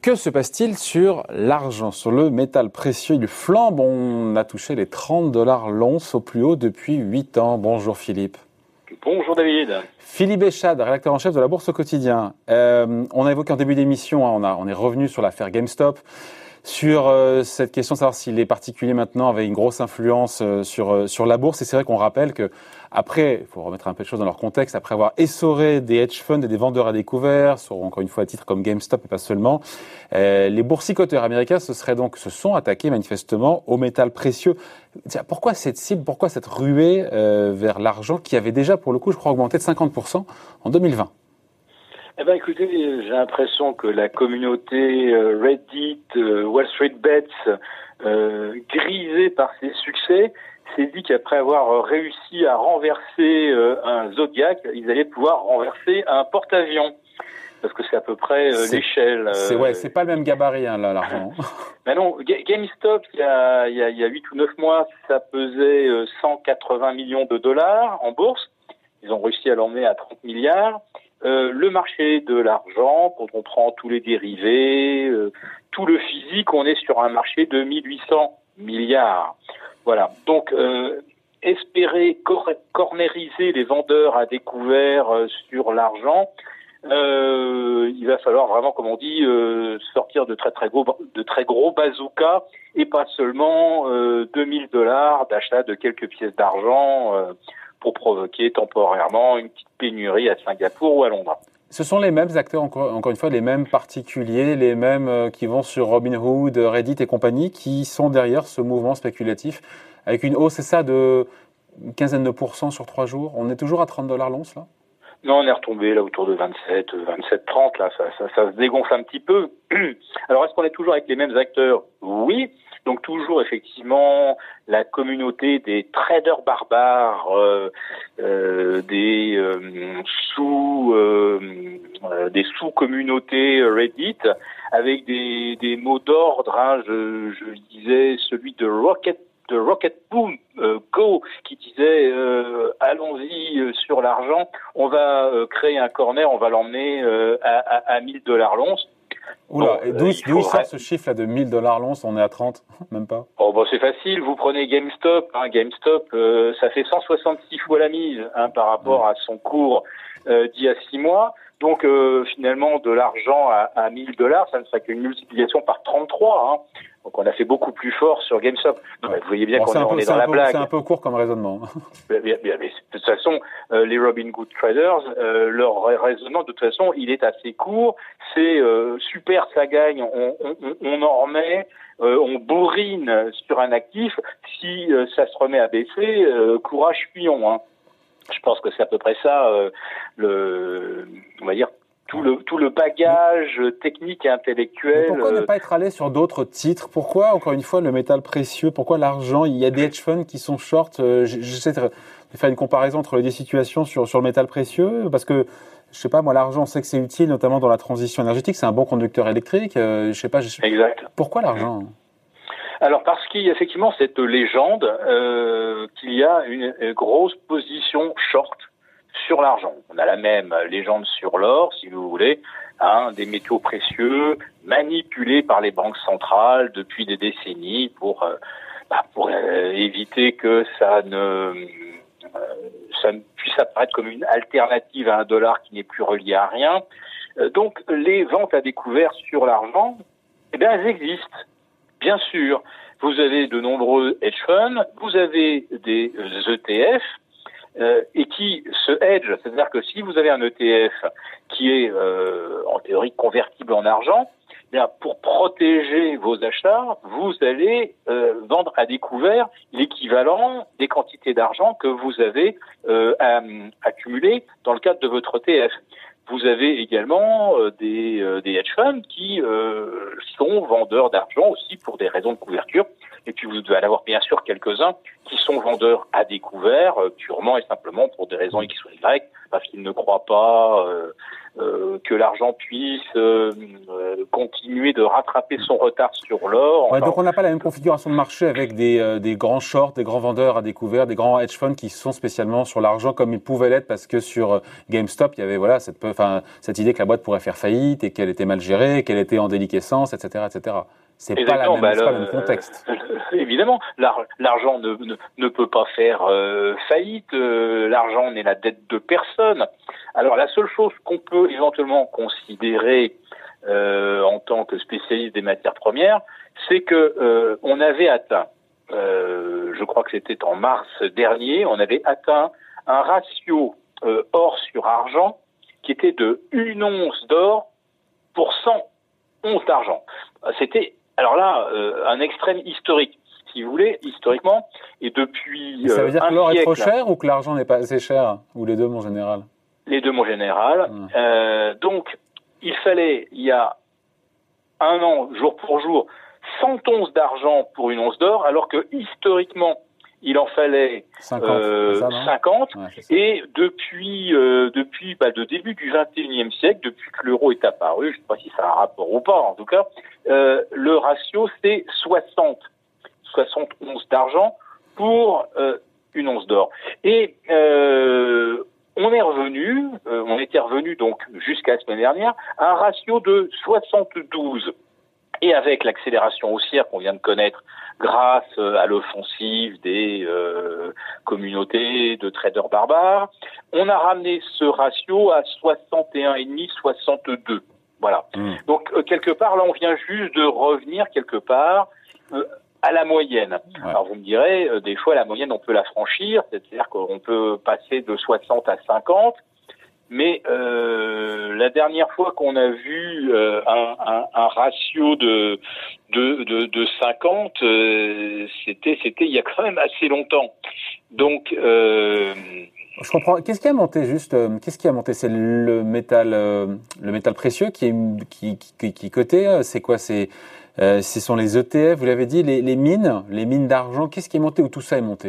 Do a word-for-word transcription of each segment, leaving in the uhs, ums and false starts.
Que se passe-t-il sur l'argent, sur le métal précieux? Il flambe, on a touché les trente dollars l'once au plus haut depuis huit ans. Bonjour Philippe. Bonjour David. Philippe Béchade, rédacteur en chef de la Bourse au quotidien. Euh, on a évoqué en début d'émission, hein, on, a, on est revenu sur l'affaire GameStop, sur euh, cette question de savoir si les particuliers maintenant avaient une grosse influence euh, sur, euh, sur la bourse. Et c'est vrai qu'on rappelle que après, il faut remettre un peu de choses dans leur contexte, après avoir essoré des hedge funds et des vendeurs à découvert, sur encore une fois à titre comme GameStop et pas seulement, euh, les boursicoteurs américains se seraient donc se sont attaqués manifestement au métal précieux. Pourquoi cette cible, pourquoi cette ruée euh, vers l'argent qui avait déjà pour le coup, je crois, augmenté de cinquante pour cent en deux mille vingt? Eh ben, écoutez, j'ai l'impression que la communauté euh, Reddit, euh, Wall Street Bets, euh, grisée par ses succès, s'est dit qu'après avoir réussi à renverser euh, un Zodiac, ils allaient pouvoir renverser un porte-avions. Parce que c'est à peu près euh, l'échelle. Euh... C'est ouais, c'est pas le même gabarit hein, là, l'argent. Mais non, GameStop, il y a il y a il y a huit ou neuf mois, ça pesait euh, cent quatre-vingts millions de dollars en bourse. Ils ont réussi à l'emmener à trente milliards. Euh, le marché de l'argent, quand on prend tous les dérivés, euh, tout le physique, on est sur un marché de mille huit cents milliards. Voilà. Donc, euh, espérer cor- cornériser les vendeurs à découvert euh, sur l'argent, euh, il va falloir vraiment, comme on dit, euh, sortir de très très gros de très gros bazookas et pas seulement euh, deux mille dollars d'achat de quelques pièces d'argent. Euh, pour provoquer temporairement une petite pénurie à Singapour ou à Londres. Ce sont les mêmes acteurs, encore, encore une fois, les mêmes particuliers, les mêmes euh, qui vont sur Robinhood, Reddit et compagnie, qui sont derrière ce mouvement spéculatif, avec une hausse, c'est ça, de une quinzaine de pourcents sur trois jours. On est toujours à trente dollars l'once, là? Non, on est retombé là autour de vingt-sept, vingt-sept, trente, là, ça, ça, ça se dégonfle un petit peu. Alors, est-ce qu'on est toujours avec les mêmes acteurs? Oui. Donc toujours effectivement la communauté des traders barbares, euh, euh, des euh, sous euh, euh, des sous-communautés Reddit avec des, des mots d'ordre. Hein, je, je disais celui de Rocket de Rocket Boom euh, Go qui disait euh, allons-y euh, sur l'argent, on va euh, créer un corner, on va l'emmener euh, à, à, à mille dollars l'once. Oula, bon, et d'où, euh, il d'où il sort ce chiffre là de mille dollars l'once? On est à trente, même pas. Oh bon, c'est facile, vous prenez GameStop, hein, GameStop, euh, ça fait cent soixante-six fois la mise hein, par rapport mmh. à son cours euh, d'il y a six mois. Donc euh, finalement, de l'argent à, à mille dollars, ça ne serait qu'une multiplication par trente-trois. Hein. Donc on a fait beaucoup plus fort sur GameStop. Non, ouais. mais vous voyez bien bon, qu'on est, on peu, est dans un la peu, blague. C'est un peu court comme raisonnement. Bien, bien, bien, mais de toute façon, euh, les Robinhood Traders, euh, leur raisonnement, de toute façon, il est assez court. C'est euh, super, ça gagne, on, on, on en remet, euh, on bourrine sur un actif. Si euh, ça se remet à baisser, euh, courage fuyons. Hein. Je pense que c'est à peu près ça, euh, le, on va dire. Tout le, tout le bagage technique et intellectuel. Mais pourquoi ne pas être allé sur d'autres titres? Pourquoi, encore une fois, le métal précieux? Pourquoi l'argent? Il y a des hedge funds qui sont short. Euh, J'essaie de faire une comparaison entre les deux situations sur, sur le métal précieux. Parce que, je sais pas, moi, l'argent, on sait que c'est utile, notamment dans la transition énergétique. C'est un bon conducteur électrique. Euh, je sais pas. Je... Exact. Pourquoi l'argent? Alors parce qu'il y a effectivement cette légende euh, qu'il y a une, une grosse position short sur l'argent. On a la même légende sur l'or, si vous voulez, hein, des métaux précieux manipulés par les banques centrales depuis des décennies pour euh, bah, pour euh, éviter que ça ne euh, ça ne puisse apparaître comme une alternative à un dollar qui n'est plus relié à rien. Euh, donc les ventes à découvert sur l'argent, eh bien elles existent. Bien sûr, vous avez de nombreux hedge funds, vous avez des E T F. Euh, et qui se hedge, c'est-à-dire que si vous avez un E T F qui est euh, en théorie convertible en argent, eh bien pour protéger vos achats, vous allez euh, vendre à découvert l'équivalent des quantités d'argent que vous avez euh, à, accumulées dans le cadre de votre E T F. Vous avez également euh, des, euh, des hedge funds qui euh, sont vendeurs d'argent aussi pour des raisons de couverture. Et puis vous devez en avoir bien sûr quelques-uns qui sont vendeurs à découvert, euh, purement et simplement pour des raisons X ou Y, parce qu'ils ne croient pas euh, euh, que l'argent puisse euh, euh, continuer de rattraper son retard sur l'or. Ouais, enfin, donc on n'a pas la même configuration de marché avec des, euh, des grands shorts, des grands vendeurs à découvert, des grands hedge funds qui sont spécialement sur l'argent comme ils pouvaient l'être parce que sur GameStop, il y avait voilà cette, enfin, cette idée que la boîte pourrait faire faillite et qu'elle était mal gérée, qu'elle était en déliquescence, et cetera, et cetera. C'est pas, la même, bah, c'est le, pas le même contexte. Euh, évidemment, l'ar- l'argent ne, ne, ne peut pas faire euh, faillite. Euh, l'argent n'est la dette de personne. Alors la seule chose qu'on peut éventuellement considérer euh, en tant que spécialiste des matières premières, c'est que euh, on avait atteint, euh, je crois que c'était en mars dernier, on avait atteint un ratio euh, or sur argent qui était de une once d'or pour cent onces d'argent. C'était alors là, euh, un extrême historique, si vous voulez, historiquement, et depuis et ça veut dire euh, que l'or siècle, est trop cher ou que l'argent n'est pas assez cher, ou les deux, mon général? Les deux, mon général. Mmh. Euh, donc, il fallait, il y a un an, jour pour jour, cent onces d'argent pour une once d'or, alors que historiquement, il en fallait cinquante, euh, ça, cinquante. Ouais, et depuis, euh, depuis bah, le début du vingt et unième siècle, depuis que l'euro est apparu, je ne sais pas si ça a un rapport ou pas, en tout cas, euh, le ratio c'est soixante, soixante onces d'argent pour euh, une once d'or. Et euh, on est revenu, euh, on était revenu donc jusqu'à la semaine dernière, à un ratio de soixante-douze. Et avec l'accélération haussière qu'on vient de connaître grâce à l'offensive des euh, communautés de traders barbares, on a ramené ce ratio à soixante et un virgule cinq, soixante-deux. Voilà. Mmh. Donc euh, quelque part, là, on vient juste de revenir quelque part euh, à la moyenne. Ouais. Alors vous me direz, euh, des fois, la moyenne, on peut la franchir, c'est-à-dire qu'on peut passer de soixante à cinquante. Mais euh, la dernière fois qu'on a vu euh, un, un, un ratio de de, de, de cinquante, euh, c'était c'était il y a quand même assez longtemps. Donc euh, je comprends. Qu'est-ce qui a monté juste euh, Qu'est-ce qui a monté? C'est le métal, euh, le métal précieux qui est qui qui, qui coté. C'est quoi? C'est euh, ce sont les E T F. Vous l'avez dit, les, les mines, les mines d'argent. Qu'est-ce qui est monté ou tout ça est monté?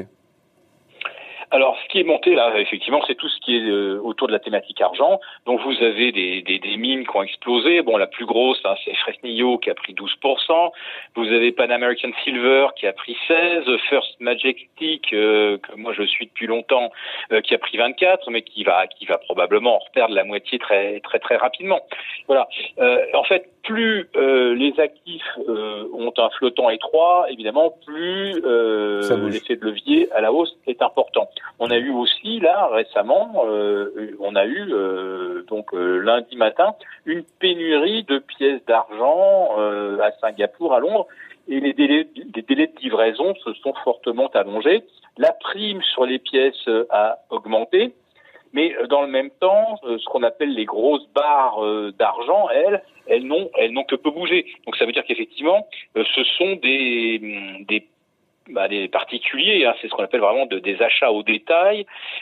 Alors, ce qui est monté là, effectivement, c'est tout ce qui est euh, autour de la thématique argent. Donc, vous avez des, des, des mines qui ont explosé. Bon, la plus grosse, hein, c'est Fresnillo qui a pris douze pour cent. Vous avez Pan American Silver qui a pris seize. First Majestic, euh, que moi je suis depuis longtemps, euh, qui a pris vingt-quatre, mais qui va qui va probablement en reperdre la moitié très très très rapidement. Voilà. Euh, en fait, plus euh, les actifs euh, ont un flottant étroit, évidemment, plus euh, l'effet de levier à la hausse est important. On a eu aussi là récemment, euh, on a eu euh, donc euh, lundi matin une pénurie de pièces d'argent euh, à Singapour, à Londres, et les délais, les délais de livraison se sont fortement allongés. La prime sur les pièces a augmenté, mais dans le même temps, ce qu'on appelle les grosses barres d'argent, elles, elles n'ont, elles n'ont que peu bougé. Donc ça veut dire qu'effectivement, ce sont des des Bah, des particuliers, hein, c'est ce qu'on appelle vraiment de, des achats au détail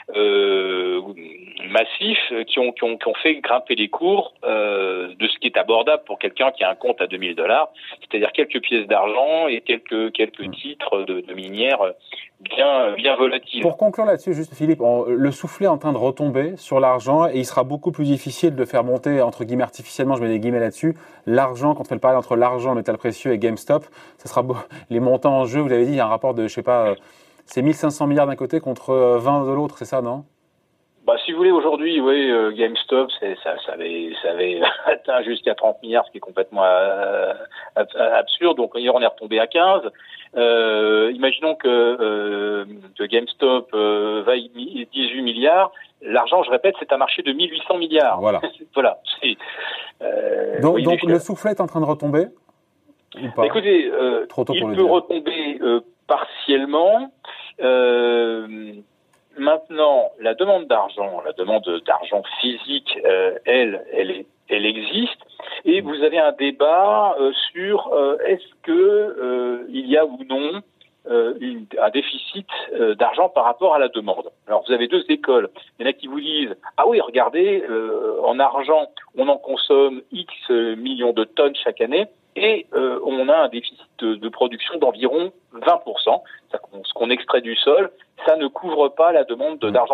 euh, massifs qui ont, qui, ont, qui ont fait grimper les cours euh, de ce qui est abordable pour quelqu'un qui a un compte à deux mille dollars, c'est-à-dire quelques pièces d'argent et quelques, quelques titres de, de minières bien, bien volatiles. Pour conclure là-dessus, juste Philippe, on, le soufflet est en train de retomber sur l'argent et il sera beaucoup plus difficile de faire monter, entre guillemets artificiellement, je mets des guillemets là-dessus, l'argent, quand on fait le parallèle entre l'argent, le métal précieux et GameStop, ça sera beau, les montants en jeu, vous l'avez dit, il y a un rapport de, je sais pas, euh, c'est mille cinq cents milliards d'un côté contre euh, vingt de l'autre, c'est ça, non? Bah, si vous voulez, aujourd'hui, oui, euh, GameStop, c'est, ça, ça avait, ça avait atteint jusqu'à trente milliards, ce qui est complètement euh, absurde. Donc, hier, on est retombé à quinze. Euh, imaginons que, euh, que GameStop euh, vaille dix-huit milliards. L'argent, je répète, c'est un marché de mille huit cents milliards. Voilà. voilà. C'est, euh, donc, donc le soufflet est en train de retomber ou pas? Écoutez, euh, Trop tôt il pour le peut dire. retomber euh, partiellement. Euh, Maintenant, la demande d'argent, la demande d'argent physique, euh, elle, elle, est, elle existe. Et vous avez un débat euh, sur euh, est-ce que euh, il y a ou non euh, une, un déficit euh, d'argent par rapport à la demande. Alors, vous avez deux écoles. Il y en a qui vous disent ah oui, regardez, euh, en argent, on en consomme X millions de tonnes chaque année. Et euh, on a un déficit de, de production d'environ vingt pour cent. Ce qu'on extrait du sol, ça ne couvre pas la demande de, d'argent physique.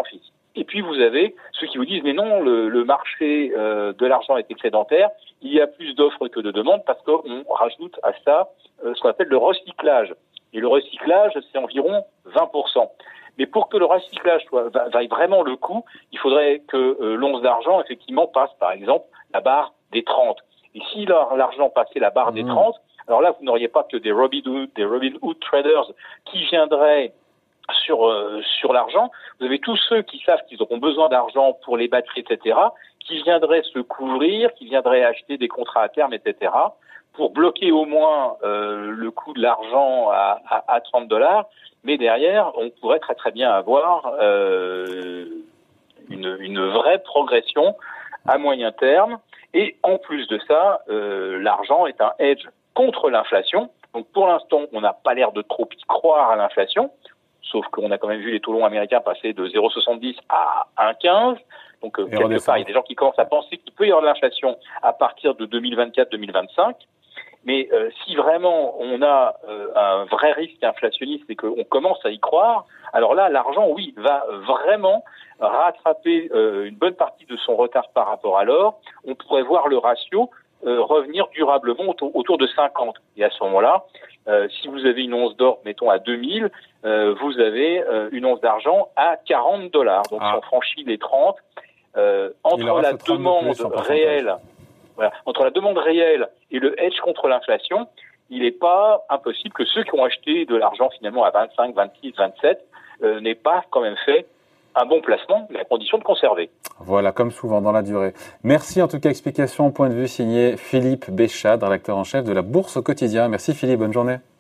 Et puis vous avez ceux qui vous disent mais non, le, le marché euh, de l'argent est excédentaire, il y a plus d'offres que de demandes parce qu'on rajoute à ça euh, ce qu'on appelle le recyclage. Et le recyclage, c'est environ vingt pour cent. Mais pour que le recyclage soit, vaille vraiment le coup, il faudrait que euh, l'once d'argent, effectivement, passe, par exemple, la barre des trente. Et si l'argent passait la barre mmh. des trente, alors là, vous n'auriez pas que des Robinhood, des Robinhood traders qui viendraient sur euh, sur l'argent. Vous avez tous ceux qui savent qu'ils auront besoin d'argent pour les batteries, et cetera, qui viendraient se couvrir, qui viendraient acheter des contrats à terme, et cetera, pour bloquer au moins euh, le coût de l'argent à, à, à trente dollars. Mais derrière, on pourrait très très bien avoir euh, une, une vraie progression à moyen terme. Et en plus de ça, euh, l'argent est un hedge contre l'inflation. Donc pour l'instant, on n'a pas l'air de trop y croire à l'inflation, sauf qu'on a quand même vu les taux longs américains passer de zéro virgule soixante-dix à un virgule quinze. Donc euh, quelque part, il y a des gens qui commencent à penser qu'il peut y avoir de l'inflation à partir de deux mille vingt-quatre deux mille vingt-cinq. Mais euh, si vraiment on a euh, un vrai risque inflationniste et qu'on commence à y croire, alors là, l'argent, oui, va vraiment rattraper euh, une bonne partie de son retard par rapport à l'or. On pourrait voir le ratio euh, revenir durablement autour, autour de cinquante. Et à ce moment-là, euh, si vous avez une once d'or, mettons à deux mille, euh, vous avez euh, une once d'argent à quarante dollars. Donc, ah. si on franchit les trente, euh, entre la demande réelle... Voilà. Entre la demande réelle et le hedge contre l'inflation, il n'est pas impossible que ceux qui ont acheté de l'argent finalement à vingt-cinq, vingt-six, vingt-sept euh, n'aient pas quand même fait un bon placement, mais à condition de conserver. Voilà, comme souvent dans la durée. Merci en tout cas, explication, point de vue signé Philippe Béchade, rédacteur en chef de la Bourse au quotidien. Merci Philippe, bonne journée.